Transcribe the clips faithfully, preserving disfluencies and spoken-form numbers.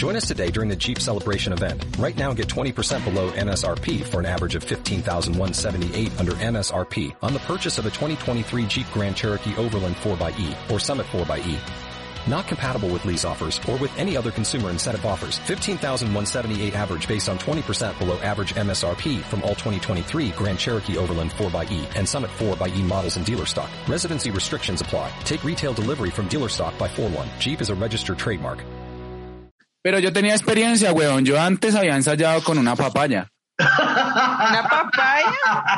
Join us today during the Jeep Celebration event. Right now, get twenty percent below M S R P for an average of fifteen thousand one hundred seventy-eight dollars under M S R P on the purchase of a twenty twenty-three Jeep Grand Cherokee Overland four by E or Summit four by E. Not compatible with lease offers or with any other consumer incentive offers. fifteen thousand one hundred seventy-eight dollars average based on twenty percent below average M S R P from all twenty twenty-three Grand Cherokee Overland four by E and Summit four by E models in dealer stock. Residency restrictions apply. Take retail delivery from dealer stock by four one. Jeep is a registered trademark. Pero yo tenía experiencia, weón. Yo antes había ensayado con una papaya. ¿Una papaya?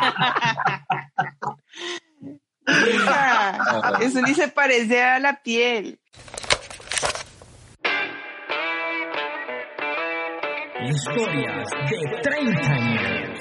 Mira, eso ni se parece a la piel. Historias de treinta años.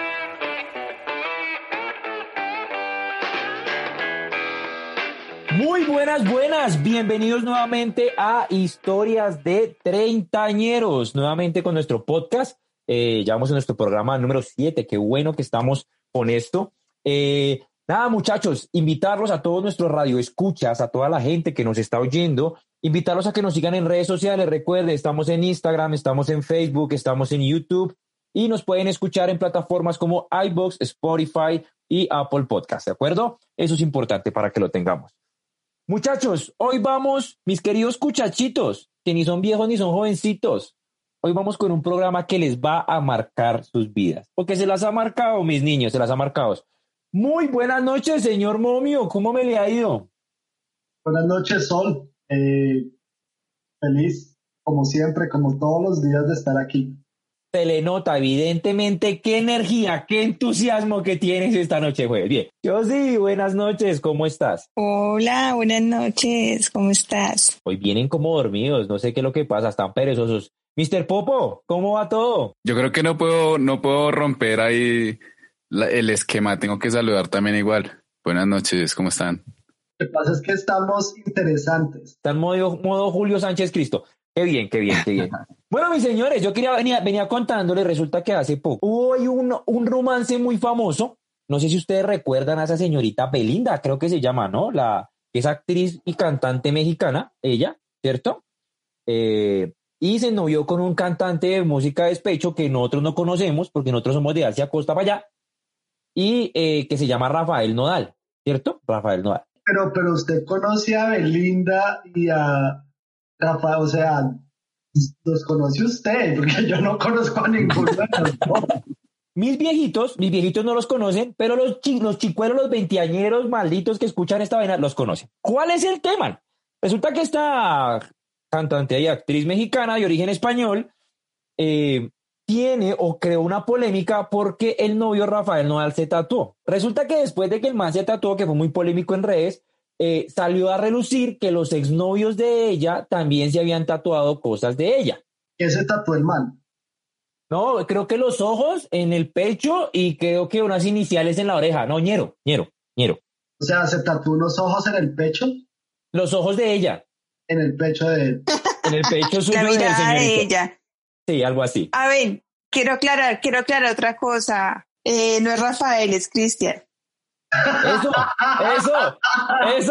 Muy buenas, buenas. Bienvenidos nuevamente a Historias de Treintañeros. Nuevamente con nuestro podcast. Eh, ya vamos en nuestro programa número siete. Qué bueno que estamos con esto. Eh, nada, muchachos, invitarlos a todos nuestros radioescuchas, a toda la gente que nos está oyendo, invitarlos a que nos sigan en redes sociales. Recuerden, estamos en Instagram, estamos en Facebook, estamos en YouTube y nos pueden escuchar en plataformas como iVoox, Spotify y Apple Podcast, ¿de acuerdo? Eso es importante para que lo tengamos. Muchachos, hoy vamos, mis queridos cuchachitos, que ni son viejos ni son jovencitos. Hoy vamos con un programa que les va a marcar sus vidas, porque se las ha marcado, mis niños, se las ha marcado. Muy buenas noches, señor Momio, ¿cómo me le ha ido? Buenas noches, Sol. Eh, feliz, como siempre, como todos los días de estar aquí. Se le nota, evidentemente, qué energía, qué entusiasmo que tienes esta noche, jueves. Bien, yo sí, buenas noches, ¿cómo estás? Hola, buenas noches, ¿cómo estás? Hoy vienen como dormidos, no sé qué es lo que pasa, están perezosos. mister Popo, ¿cómo va todo? Yo creo que no puedo, no puedo romper ahí la, el esquema, tengo que saludar también igual. Buenas noches, ¿cómo están? Lo que pasa es que estamos interesantes. Está en modo, modo Julio Sánchez Cristo. Qué bien, qué bien, qué bien. Bueno, mis señores, yo quería venía, venía contándoles, resulta que hace poco hubo hoy un, un romance muy famoso. No sé si ustedes recuerdan a esa señorita Belinda, creo que se llama, ¿no? La que es actriz y cantante mexicana, ella, ¿cierto? Eh, y se novió con un cantante de música de despecho que nosotros no conocemos, porque nosotros somos de Asia Costa para allá, y eh, que se llama Rafael Nodal, ¿cierto? Rafael Nodal. Pero, pero usted conoce a Belinda y a Rafa, o sea, los conoce usted, porque yo no conozco a ninguno de los dos. Mis viejitos, mis viejitos no los conocen, pero los, chi- los chicuelos, los veinteañeros malditos que escuchan esta vaina, los conocen. ¿Cuál es el tema? Resulta que esta cantante y actriz mexicana de origen español eh, tiene o creó una polémica porque el novio Rafael Nodal se tatuó. Resulta que después de que el man se tatuó, que fue muy polémico en redes, eh, salió a relucir que los exnovios de ella también se habían tatuado cosas de ella. ¿Qué se tatuó el man? No, creo que los ojos en el pecho y creo que unas iniciales en la oreja. No, ñero, ñero, ñero. O sea, se tatuó unos ojos en el pecho, Los ojos de ella, en el pecho de él. en el pecho suyo La del mirada de señorito. ella. Sí, algo así. A ver, quiero aclarar, quiero aclarar otra cosa. Eh, no es Rafael, es Cristian. Eso, eso, eso.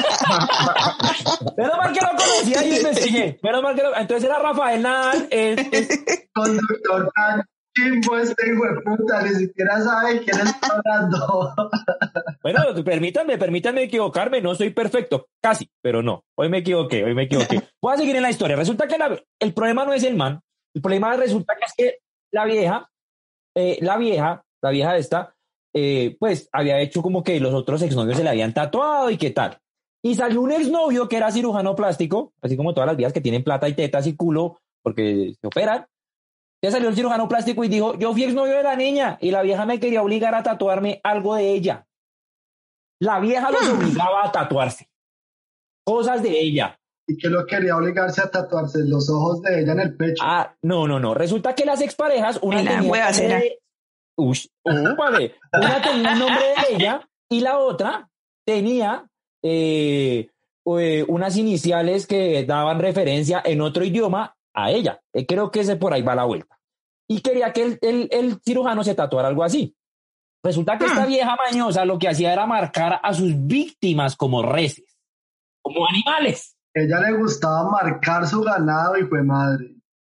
Menos mal que lo conocía y investigué. Menos mal que lo... Entonces era Rafael Nadal. Es, es... Conductor tan chimbo este hijo de puta, ni siquiera sabe quién está hablando. Bueno, permítanme, permítanme equivocarme. No soy perfecto, casi, pero no. Hoy me equivoqué, hoy me equivoqué. Voy a seguir en la historia. Resulta que la- el problema no es el man. El problema resulta que es que la vieja, eh, la vieja, la vieja esta, eh, pues había hecho como que los otros exnovios se le habían tatuado y qué tal. Y salió un exnovio que era cirujano plástico, así como todas las viejas que tienen plata y tetas y culo porque se operan. Ya salió el cirujano plástico y dijo, yo fui exnovio de la niña y la vieja me quería obligar a tatuarme algo de ella. La vieja los obligaba a tatuarse. Cosas de ella. Y que lo quería obligarse a tatuarse los ojos de ella en el pecho. Ah, no, no, no. Resulta que las exparejas, una En la tenía hueva el nombre será. de... Ush, uh, vale. Una tenía el nombre de ella y la otra tenía eh, eh, unas iniciales que daban referencia en otro idioma a ella. Eh, creo que ese por ahí va la vuelta. Y quería que el, el, el cirujano se tatuara algo así. Resulta que esta vieja mañosa lo que hacía era marcar a sus víctimas como reses, como animales. A ella le gustaba marcar su ganado y fue madre.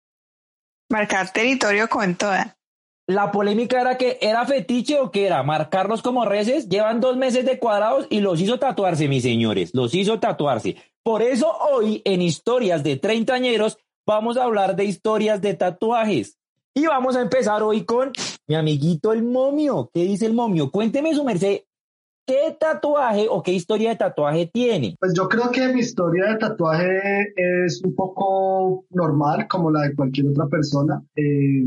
Marcar territorio con toda. La polémica era que era fetiche o que era marcarlos como reces. Llevan dos meses de cuadrados y los hizo tatuarse, mis señores. Los hizo tatuarse. Por eso hoy en Historias de Treintañeros vamos a hablar de historias de tatuajes. Y vamos a empezar hoy con mi amiguito el momio. ¿Qué dice el momio? Cuénteme, su merced, ¿qué tatuaje o qué historia de tatuaje tiene? Pues yo creo que mi historia de tatuaje es un poco normal, como la de cualquier otra persona. Eh,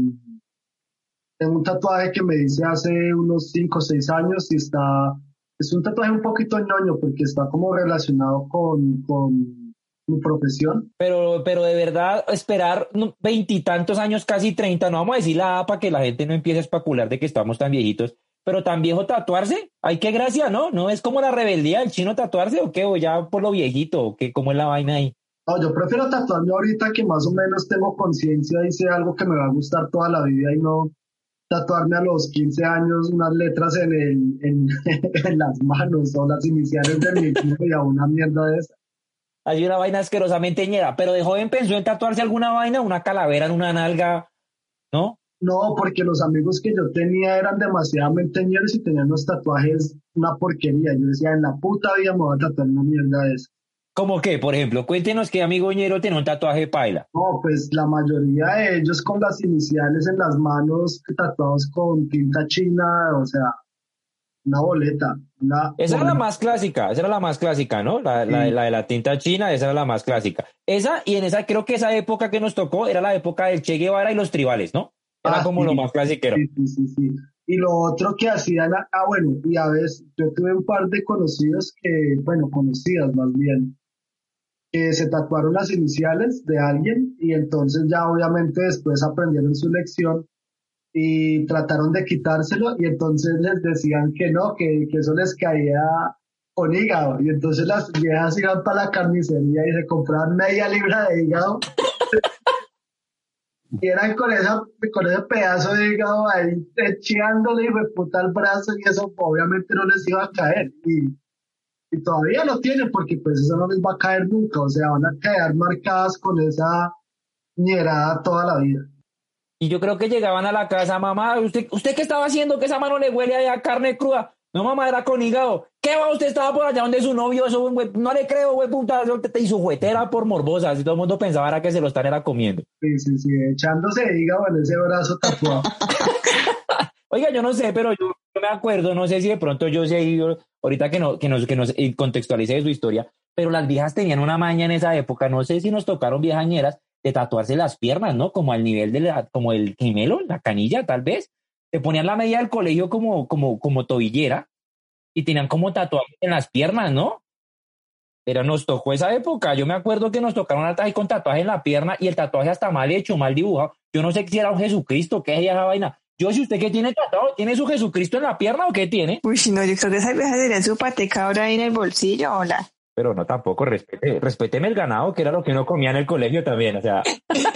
tengo un tatuaje que me hice hace unos cinco o seis años y está, es un tatuaje un poquito ñoño porque está como relacionado con, con mi profesión. Pero, pero de verdad, esperar veintitantos años, casi treinta, no vamos a decir la A para que la gente no empiece a especular de que estamos tan viejitos, pero tan viejo tatuarse, ay, qué gracia, ¿no? ¿No es como la rebeldía del chino tatuarse o qué? O ya por lo viejito, o qué, ¿cómo es la vaina ahí? No, yo prefiero tatuarme ahorita que más o menos tengo conciencia y sé algo que me va a gustar toda la vida y no tatuarme a los quince años unas letras en, el, en, en las manos o las iniciales de mi tío y a una mierda de esa. Hay una vaina asquerosamente ñera, pero de joven pensó en tatuarse alguna vaina, una calavera en una nalga, ¿no? No, porque los amigos que yo tenía eran demasiadamente ñeros y tenían los tatuajes una porquería. Yo decía, en la puta vida me voy a tatuar una mierda de esa. ¿Cómo qué? Por ejemplo, cuéntenos qué amigo ñero tiene un tatuaje paila. No, pues la mayoría de ellos con las iniciales en las manos, tatuados con tinta china, o sea, una boleta. Una esa boleta. era la más clásica, esa era la más clásica, ¿no? La, sí. la, la de la tinta china, esa era la más clásica. Esa, y en esa, creo que esa época que nos tocó era la época del Che Guevara y los tribales, ¿no? Era ah, como sí, lo más clásico. Sí, sí, sí, sí. Y lo otro que hacían, ah, bueno, y a veces yo tuve un par de conocidos que, bueno, conocidas más bien, que se tatuaron las iniciales de alguien y entonces ya obviamente después aprendieron su lección y trataron de quitárselo y entonces les decían que no, que, que eso les caía con hígado y entonces las viejas iban para la carnicería y se compraban media libra de hígado y eran con, esa, con ese pedazo de hígado ahí echándole y reputa el brazo y eso obviamente no les iba a caer y Y todavía lo tienen porque pues eso no les va a caer nunca, o sea, van a quedar marcadas con esa ñerada toda la vida. Y yo creo que llegaban a la casa, mamá, ¿usted, usted qué estaba haciendo que esa mano le huele a carne cruda? No, mamá, era con hígado. ¿Qué va? Usted estaba por allá donde su novio, eso, güey, no le creo, güey, puta, y su juguetera por morbosa, así todo el mundo pensaba era que se lo están era comiendo. Sí, sí, sí, echándose hígado en ese brazo tatuado. Oiga, yo no sé, pero yo, yo me acuerdo, no sé si de pronto yo sé, yo, ahorita que, no, que nos, que nos contextualice su historia, pero las viejas tenían una maña en esa época, no sé si nos tocaron viejañeras, de tatuarse las piernas, ¿no? Como al nivel de la, como el gemelo, la canilla, tal vez. Se ponían la media del colegio como, como, como tobillera y tenían como tatuajes en las piernas, ¿no? Pero nos tocó esa época. Yo me acuerdo que nos tocaron ahí con tatuaje en la pierna y el tatuaje hasta mal hecho, mal dibujado. Yo no sé si era un Jesucristo, qué es esa vaina. Yo, si usted que tiene tatuado, ¿tiene su Jesucristo en la pierna o qué tiene? Uy, no, yo creo que esa vieja sería su patecabra ahí en el bolsillo, hola. Pero no, tampoco, respete, respéteme el ganado, que era lo que uno comía en el colegio también, o sea.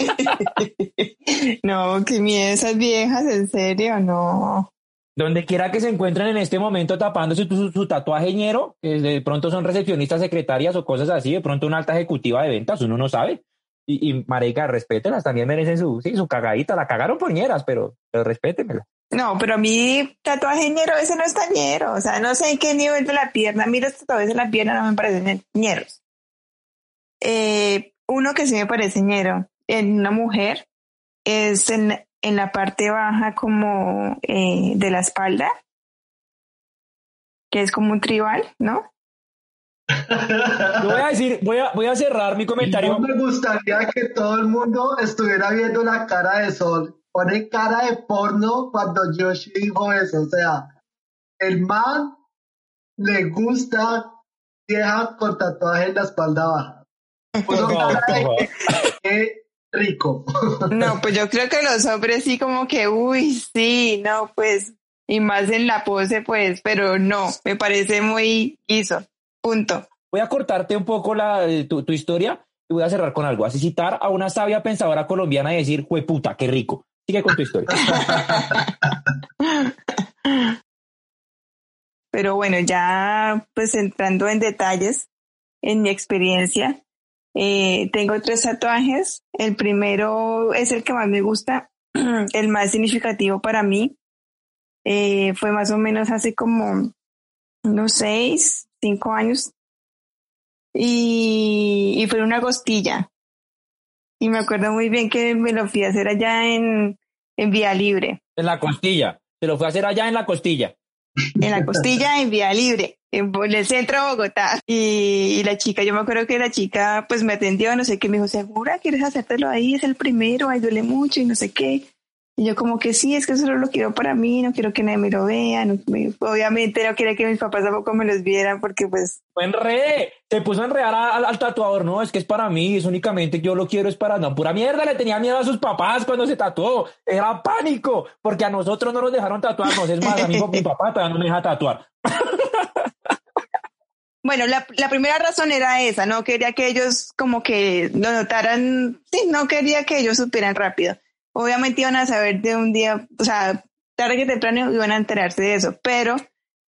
No, qué miedo esas viejas, en serio, no. Donde quiera que se encuentren en este momento tapándose su, su tatuaje ñero, que de pronto son recepcionistas, secretarias o cosas así, de pronto una alta ejecutiva de ventas, uno no sabe. Y, y marica, respétenlas, también merecen su, sí, su cagadita, la cagaron por ñeras, pero, pero respétenmela. No, pero a mí tatuaje ñero, ese no es tan ñero, o sea, no sé en qué nivel de la pierna, a mí los tatuajes en la pierna no me parecen ñeros. Eh, uno que sí me parece ñero en una mujer es en, en la parte baja como eh, de la espalda, que es como un tribal, ¿no? Yo voy a decir, voy a, voy a cerrar mi comentario. No me gustaría que todo el mundo estuviera viendo la cara de Sol. Pone cara de porno cuando Yoshi dijo eso. O sea, el man le gusta vieja con tatuaje en la espalda baja. Puso cara de qué rico. No, pues yo creo que los hombres sí como que, uy, sí, no, pues, y más en la pose, pues, pero no, me parece muy guiso. Punto. Voy a cortarte un poco la, tu, tu historia y voy a cerrar con algo. Así citar a una sabia pensadora colombiana y decir, jueputa, qué rico. Sigue con tu historia. Pero bueno, ya pues entrando en detalles, en mi experiencia, Eh, tengo tres tatuajes. El primero es el que más me gusta, el más significativo para mí. Eh, fue más o menos hace como unos seis, cinco años. Y, y fue una costilla. Y me acuerdo muy bien que me lo fui a hacer allá en, en Vía Libre. En la costilla. Se lo fue a hacer allá en la costilla. En la costilla, en Vía Libre, en, en el centro de Bogotá. Y, y la chica, yo me acuerdo que la chica pues me atendió, no sé qué, me dijo, ¿segura quieres hacértelo ahí? Es el primero, ahí duele mucho y no sé qué. Y yo como que sí, es que solo lo quiero para mí, no quiero que nadie me lo vea, no, me, obviamente no quería que mis papás tampoco me los vieran porque pues... Fue enredé, se puso a enredar al, al tatuador, no, es que es para mí, es únicamente que yo lo quiero, es para... No, pura mierda, le tenía miedo a sus papás cuando se tatuó, era pánico, porque a nosotros no nos dejaron tatuarnos, es más, a mí mi papá todavía no me deja tatuar. Bueno, la, la primera razón era esa, no quería que ellos como que lo notaran, sí, no quería que ellos supieran rápido. Obviamente iban a saber de un día, o sea, tarde que temprano iban a enterarse de eso, pero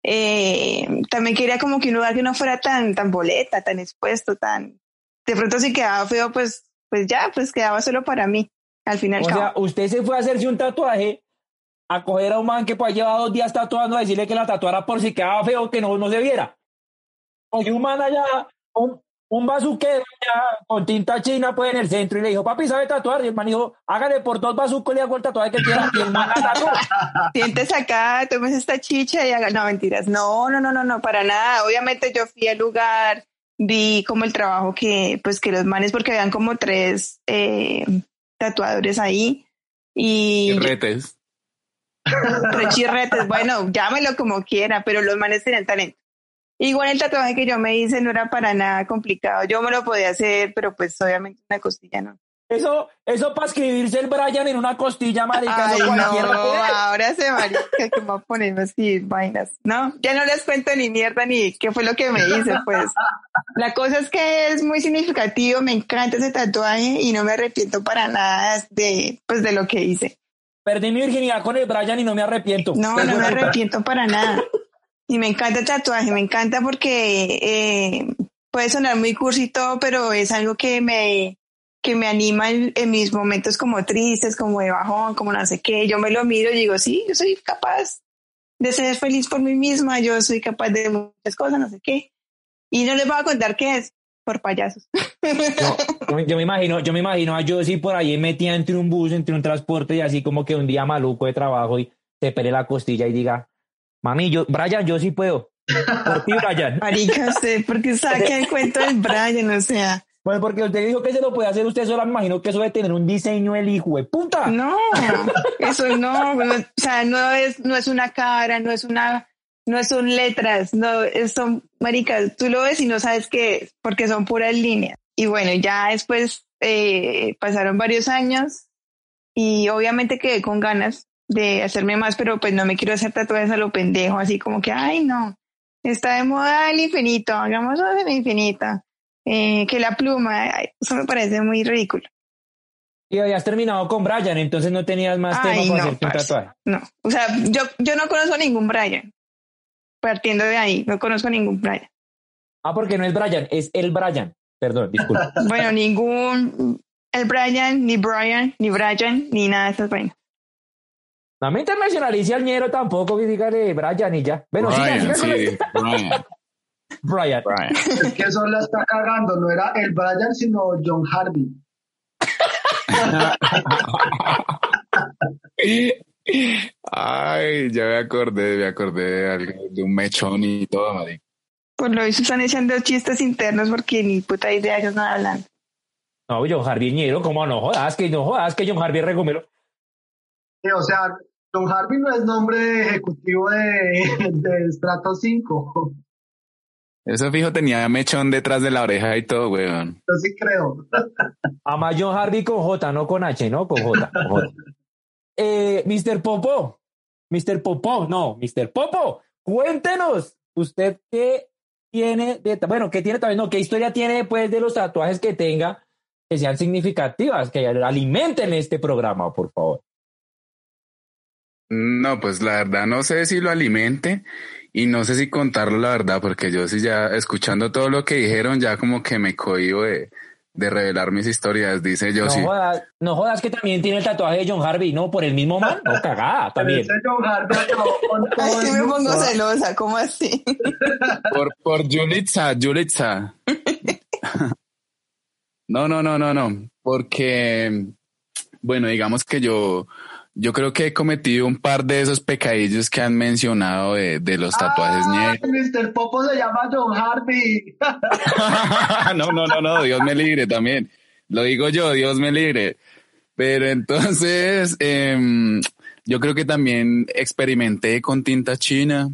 eh, también quería como que un lugar que no fuera tan, tan boleta, tan expuesto, tan... De pronto si quedaba feo, pues, pues ya, pues quedaba solo para mí, al final. O sea, usted se fue a hacerse un tatuaje, a coger a un man que pues lleva dos días tatuando, a decirle que la tatuara por si quedaba feo, que no, no se viera. Oye, un man allá, un, un bazuquero allá, con tinta china pues en el centro, y le dijo, papi, ¿sabe tatuar? Y el man dijo, hágale por dos bazucos, le hago el tatuaje que quiera, y el man la tatuó. Siéntese acá, tomes esta chicha y haga... No, mentiras, no, no, no, no, no, para nada. Obviamente yo fui al lugar, vi como el trabajo que, pues que los manes, porque habían como tres eh, tatuadores ahí, y... Chirretes. Tres chirretes, bueno, llámelo como quiera, pero los manes tenían talento. Igual el tatuaje que yo me hice no era para nada complicado. Yo me lo podía hacer, pero pues obviamente una costilla no. Eso, eso para escribirse el Brian en una costilla, marica. Ay, eso no, cualquiera puede. ahora se marica que me voy a poner así vainas. No, ya no les cuento ni mierda ni qué fue lo que me hice, pues. La cosa es que es muy significativo, me encanta ese tatuaje y no me arrepiento para nada de, pues, de lo que hice. Perdí mi virginidad con el Brian y no me arrepiento. No, no me arrepiento para nada. Y me encanta el tatuaje, me encanta porque eh, puede sonar muy cursi y todo, pero es algo que me, que me anima en, en mis momentos como tristes, como de bajón, como no sé qué. Yo me lo miro y digo, sí, yo soy capaz de ser feliz por mí misma, yo soy capaz de muchas cosas, no sé qué. Y no les voy a contar qué es, por payasos. Yo, yo me imagino, yo me imagino a Josie por ahí metida entre un bus, entre un transporte y así como que un día maluco de trabajo y se pele la costilla y diga, mami, yo, Brian, yo sí puedo. Por ti, Brian. Marica, usted, porque saque el cuento del Brian, o sea. Bueno, porque usted dijo que se lo puede hacer usted sola, me imagino que eso debe tener un diseño el hijo de puta. No, eso no, no, o sea, no es, no es una cara, no es una, no son letras, no, es, son, maricas, tú lo ves y no sabes qué es, porque son puras líneas. Y bueno, ya después eh, pasaron varios años y obviamente quedé con ganas de hacerme más, pero pues no me quiero hacer tatuajes a lo pendejo, así como que, ay, no, está de moda el infinito, hagamos el infinito, eh, que la pluma, ay, eso me parece muy ridículo. Y habías terminado con Brian, entonces no tenías más ay, tema para no, hacerte un parce, tatuaje. no, o sea, yo, yo no conozco a ningún Brian, partiendo de ahí, no conozco a ningún Brian. Ah, porque no es Brian, es el Brian, perdón, disculpa. Bueno, ningún, el Brian, ni Brian, ni Brian, ni nada de esas vainas. No me internacionalice al ñero tampoco, que dígale Brian y ya. Bueno, Brian, siga, siga con sí, el- Brian. Brian. Brian. Es que eso la está cagando, no era el Brian, sino John Harvey. Ay, ya me acordé, me acordé de algo, de un mechón y todo, marica. Por lo visto están echando chistes internos porque ni puta idea ellos no hablan. No, John Harvey ñero, ¿cómo no jodas? Que no jodas, que John Harvey es regomelo. Sí, o sea, John Harvey no es nombre ejecutivo de, de Estrato cinco. Eso fijo tenía mechón detrás de la oreja y todo, weón. Yo sí creo. Ama John Harvey con J, no con H, ¿no? Con J. Con J. Eh, mister Popo, mister Popo, no, mister Popo, cuéntenos, usted qué tiene, de, bueno, qué tiene también, no, qué historia tiene después de los tatuajes que tenga, que sean significativas, que alimenten este programa, por favor. No, pues la verdad no sé si lo alimente y no sé si contarlo la verdad, porque yo sí ya escuchando todo lo que dijeron ya como que me cohíbo de, de revelar mis historias, dice yo No sí. jodas, no jodas que también tiene el tatuaje de John Harvey, ¿no? Por el mismo man. No, cagada, también. Ese John Harvey acabó con todo Ay, sí el me mundo. pongo celosa, ¿cómo así? Por, por Yulitza, Yulitza. No, no, no, no, no. Porque, bueno, digamos que yo, yo creo que he cometido un par de esos pecadillos que han mencionado de, de los tatuajes Ah, ñeros. mister Popo se llama John Harvey. No, no, no, no, Dios me libre también. Lo digo yo, Dios me libre. Pero entonces, em, yo creo que también experimenté con tinta china.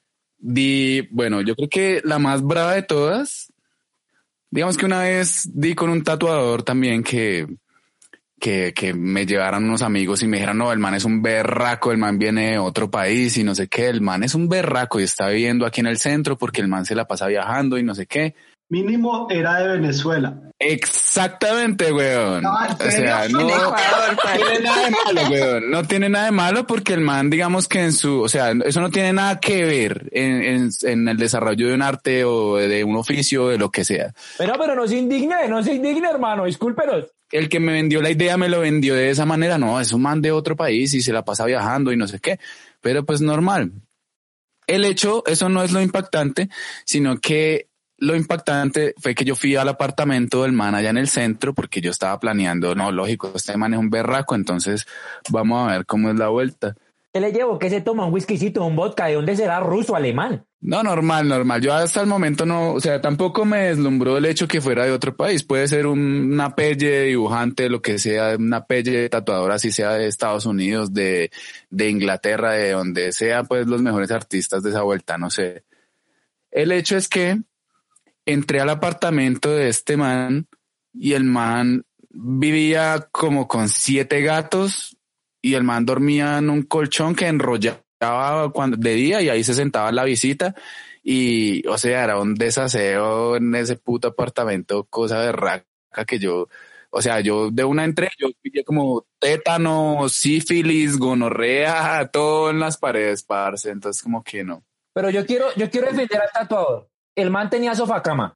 Di, bueno, yo creo que la más brava de todas, digamos que una vez di con un tatuador también que, que, que me llevaran unos amigos y me dijeron, no, el man es un berraco, el man viene de otro país y no sé qué, el man es un berraco y está viviendo aquí en el centro porque el man se la pasa viajando y no sé qué. Mínimo era de Venezuela. Exactamente, weón. No, ¿en O sea, serio? no En Ecuador, tiene nada de malo, weón. No tiene nada de malo porque el man, digamos que en su, o sea, eso no tiene nada que ver en, en, en el desarrollo de un arte o de un oficio, de lo que sea. Pero, pero no se indigne, no se indigne, hermano, discúlpenos. El que me vendió la idea me lo vendió de esa manera. No, es un man de otro país y se la pasa viajando y no sé qué. Pero pues normal. El hecho, eso no es lo impactante, sino que lo impactante fue que yo fui al apartamento del man allá en el centro porque yo estaba planeando, no, lógico, este man es un berraco, entonces vamos a ver cómo es la vuelta. ¿Qué le llevo? ¿Qué se toma? ¿Un whiskycito, un vodka? ¿De dónde será? ¿Ruso, alemán? No, normal, normal. Yo hasta el momento no, o sea, tampoco me deslumbró el hecho que fuera de otro país. Puede ser un, una pelle dibujante, lo que sea, una pelle tatuadora, así sea de Estados Unidos, de, de Inglaterra, de donde sea, pues los mejores artistas de esa vuelta, no sé. El hecho es que entré al apartamento de este man y el man vivía como con siete gatos y el man dormía en un colchón que enrollaba cuando, de día y ahí se sentaba la visita y, o sea, era un desaseo en ese puto apartamento, cosa de raca que yo, o sea, yo de una entré, yo pillé como tétano, sífilis, gonorrea, todo en las paredes, parce, entonces como que no. Pero yo quiero, yo quiero defender al tatuador. El man tenía sofacama.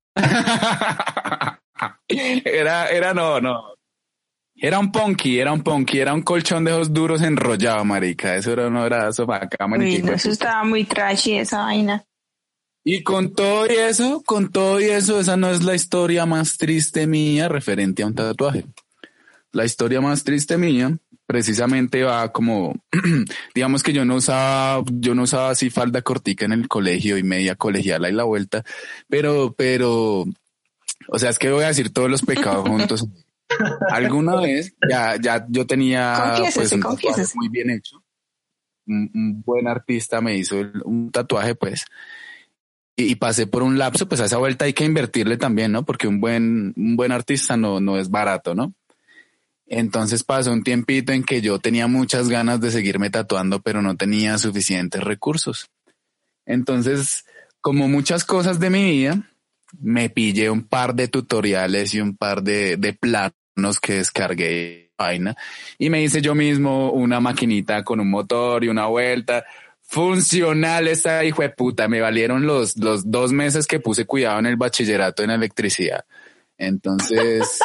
era, era, no, no. Era un punky, era un punky, era un colchón de esos duros enrollado, marica. Eso era, no era sofacama. Uy, no, eso estaba muy trashy esa vaina. Y con todo y eso, con todo y eso, esa no es la historia más triste mía referente a un tatuaje. La historia más triste mía precisamente va como, digamos que yo no usaba, yo no usaba así falda cortica en el colegio y media colegiala y la vuelta, pero, pero, o sea, es que voy a decir todos los pecados juntos. Alguna vez ya, ya yo tenía pues un tatuaje muy bien hecho. Un, un buen artista me hizo el, un tatuaje, pues, y, y pasé por un lapso, pues a esa vuelta hay que invertirle también, ¿no? Porque un buen, un buen artista no, no es barato, ¿no? Entonces pasó un tiempito en que yo tenía muchas ganas de seguirme tatuando, pero no tenía suficientes recursos. Entonces, como muchas cosas de mi vida, me pillé un par de tutoriales y un par de, de planos que descargué vaina y me hice yo mismo una maquinita con un motor y una vuelta. Funcional esa hijo de puta. Me valieron los, los dos meses que puse cuidado en el bachillerato en electricidad. Entonces...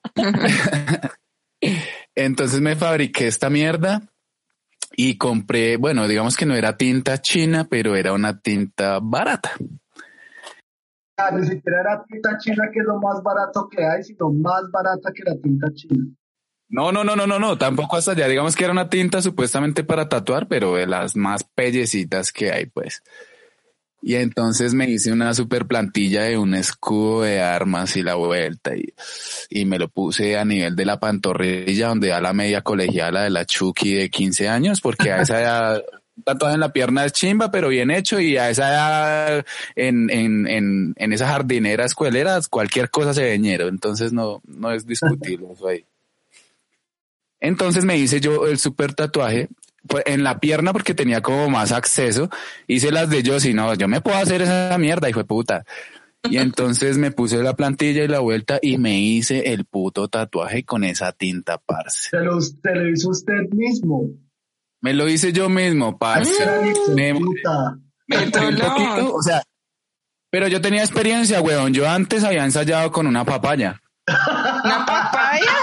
Entonces me fabriqué esta mierda y compré, bueno, digamos que no era tinta china, pero era una tinta barata. Ah, ni siquiera era tinta china, que es lo más barato que hay, sino más barata que la tinta china. No, no, no, no, no, no, tampoco hasta allá. Digamos que era una tinta supuestamente para tatuar, pero de las más pellecitas que hay, pues. Y entonces me hice una super plantilla de un escudo de armas y la vuelta y, y me lo puse a nivel de la pantorrilla donde da la media colegiala de la Chucky de quince años, porque a esa ya tatuaje en la pierna es chimba, pero bien hecho, y a esa ya en, en, en, en esa jardinera escuelera cualquier cosa se ve ñero, entonces no, no es discutible eso ahí. Entonces me hice yo el super tatuaje pues en la pierna porque tenía como más acceso, hice las de yo, si no, yo me puedo hacer esa mierda, hijo de puta. Y entonces me puse la plantilla y la vuelta y me hice el puto tatuaje con esa tinta, parce. Se lo, se lo hizo usted mismo. Me lo hice yo mismo, parce. Me, puta. me demoré un poquito, o sea, pero yo tenía experiencia, weón. Yo antes había ensayado con una papaya. ¿Una papaya?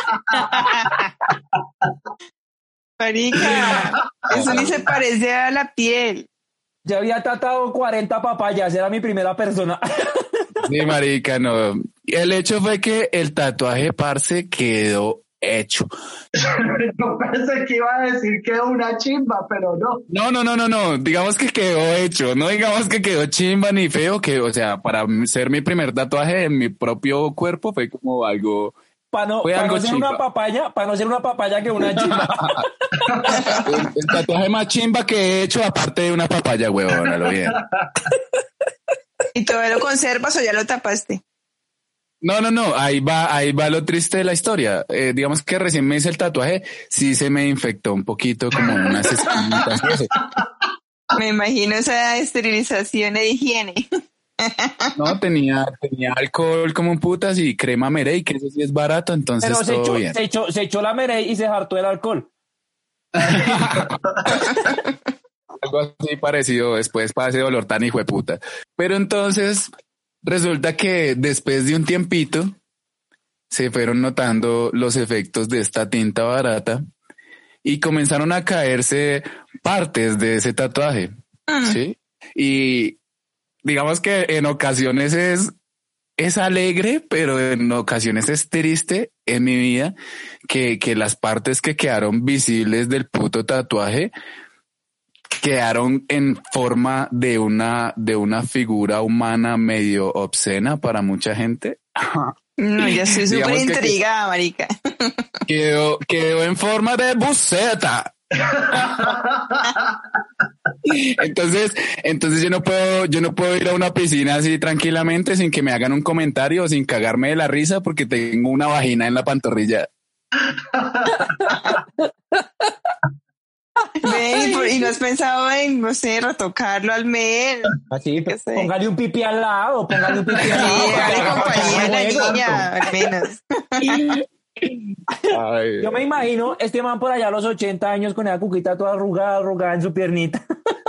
Marica, eso ni se parece a la piel. Yo había tatuado cuarenta papayas, era mi primera persona. Sí, marica, no. El hecho fue que el tatuaje, parce, quedó hecho. Yo pensé que iba a decir que era una chimba, pero no. No, no, no, no, no. Digamos que quedó hecho. No digamos que quedó chimba ni feo, que, o sea, para ser mi primer tatuaje en mi propio cuerpo fue como algo. Para no, Fue pa algo no ser chimba. una papaya, para no ser una papaya que una chimba. El, el tatuaje más chimba que he hecho, aparte de una papaya, huevón, a lo bien. ¿Y todavía lo conservas o ya lo tapaste? No, no, no, ahí va, ahí va lo triste de la historia. Eh, digamos que recién me hice el tatuaje, sí se me infectó un poquito como unas espinitas y eso. Me imagino esa esterilización de higiene. No, tenía, tenía alcohol como un putas y crema Merey, que eso sí es barato, entonces Pero se todo echó, bien. se, echó, se echó la Merey y se hartó el alcohol. Algo así parecido después para ese dolor tan hijo de puta. Pero entonces resulta que después de un tiempito se fueron notando los efectos de esta tinta barata y comenzaron a caerse partes de ese tatuaje. ¿Sí? Y digamos que en ocasiones es, es alegre, pero en ocasiones es triste en mi vida que, que las partes que quedaron visibles del puto tatuaje quedaron en forma de una, de una figura humana medio obscena para mucha gente. No, ya estoy súper Digamos que- intrigada, marica. Quedó, quedó en forma de buceta. Entonces, entonces yo no puedo, yo no puedo ir a una piscina así tranquilamente sin que me hagan un comentario o sin cagarme de la risa porque tengo una vagina en la pantorrilla. Ven, y, por- y no has pensado en, no sé, retocarlo al mes. Así, ¿Qué sé? póngale un pipí al lado, póngale un pipí Sí, al lado. para que dale haga compañía a la juego. niña, al menos. Ay, Yo me imagino este man por allá a los ochenta años con esa cuquita toda arrugada, arrugada en su piernita.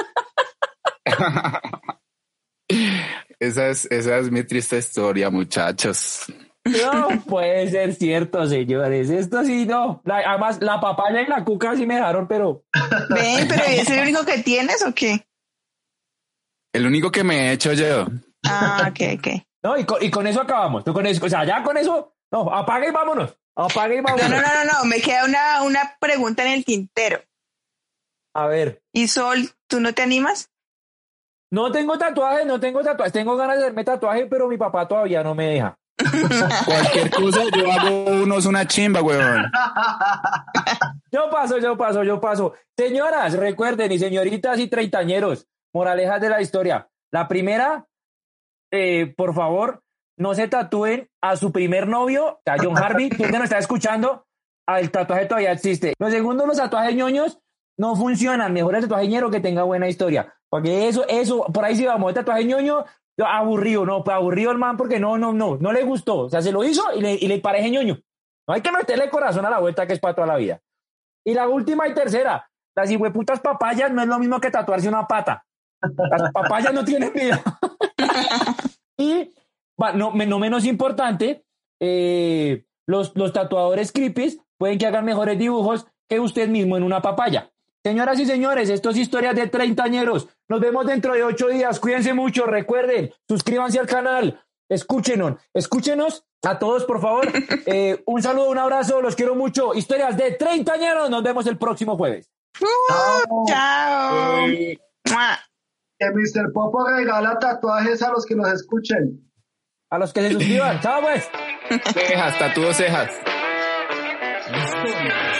esa es, esa es mi triste historia, muchachos. No puede ser cierto, señores. Esto sí, no. La- además, la papaya y la cuca sí me dejaron, pero Ven, pero ¿y es el único que tienes o qué? El único que me he hecho yo. Ah, ok, ok. no, y con, y con eso acabamos. No, con eso, o sea, ya con eso, no, apaga y vámonos. Apaga y No, vámonos. no, no, no, no, me queda una, una pregunta en el tintero. A ver, ¿Y Sol, tú no te animas? no tengo tatuajes, no tengo tatuajes. Tengo ganas de hacerme tatuaje, pero mi papá todavía no me deja. Cualquier cosa, yo hago unos una chimba, huevón. Yo paso, yo paso, yo paso. Señoras, recuerden, y señoritas y treintañeros, moralejas de la historia. La primera, eh, por favor, no se tatúen a su primer novio, a John Harvey, que nos está escuchando, el tatuaje todavía existe. Lo segundo, los tatuajes ñoños no funcionan. Mejor el tatuaje ñero que tenga buena historia. Porque eso, eso, por ahí sí vamos, el tatuaje ñoño, aburrido, no, aburrido el man porque no, no, no, no le gustó. O sea, se lo hizo y le, y le parece ñoño. No hay que meterle corazón a la vuelta que es para toda la vida. Y la última y tercera, las hijueputas papayas no es lo mismo que tatuarse una pata. Las papayas no tienen vida. Y, va, no, no menos importante, eh, los, los tatuadores creepies pueden que hagan mejores dibujos que usted mismo en una papaya. Señoras y señores, esto es Historias de Treintañeros. Nos vemos dentro de ocho días. Cuídense mucho. Recuerden, suscríbanse al canal. Escúchenos. Escúchenos a todos, por favor. Eh, un saludo, un abrazo. Los quiero mucho. Historias de Treintañeros. Nos vemos el próximo jueves. Uh, chao. Eh, Mua. que mister Popo regala tatuajes a los que nos escuchen. A los que se suscriban. Chao, pues. Cejas, tatuos cejas. Historia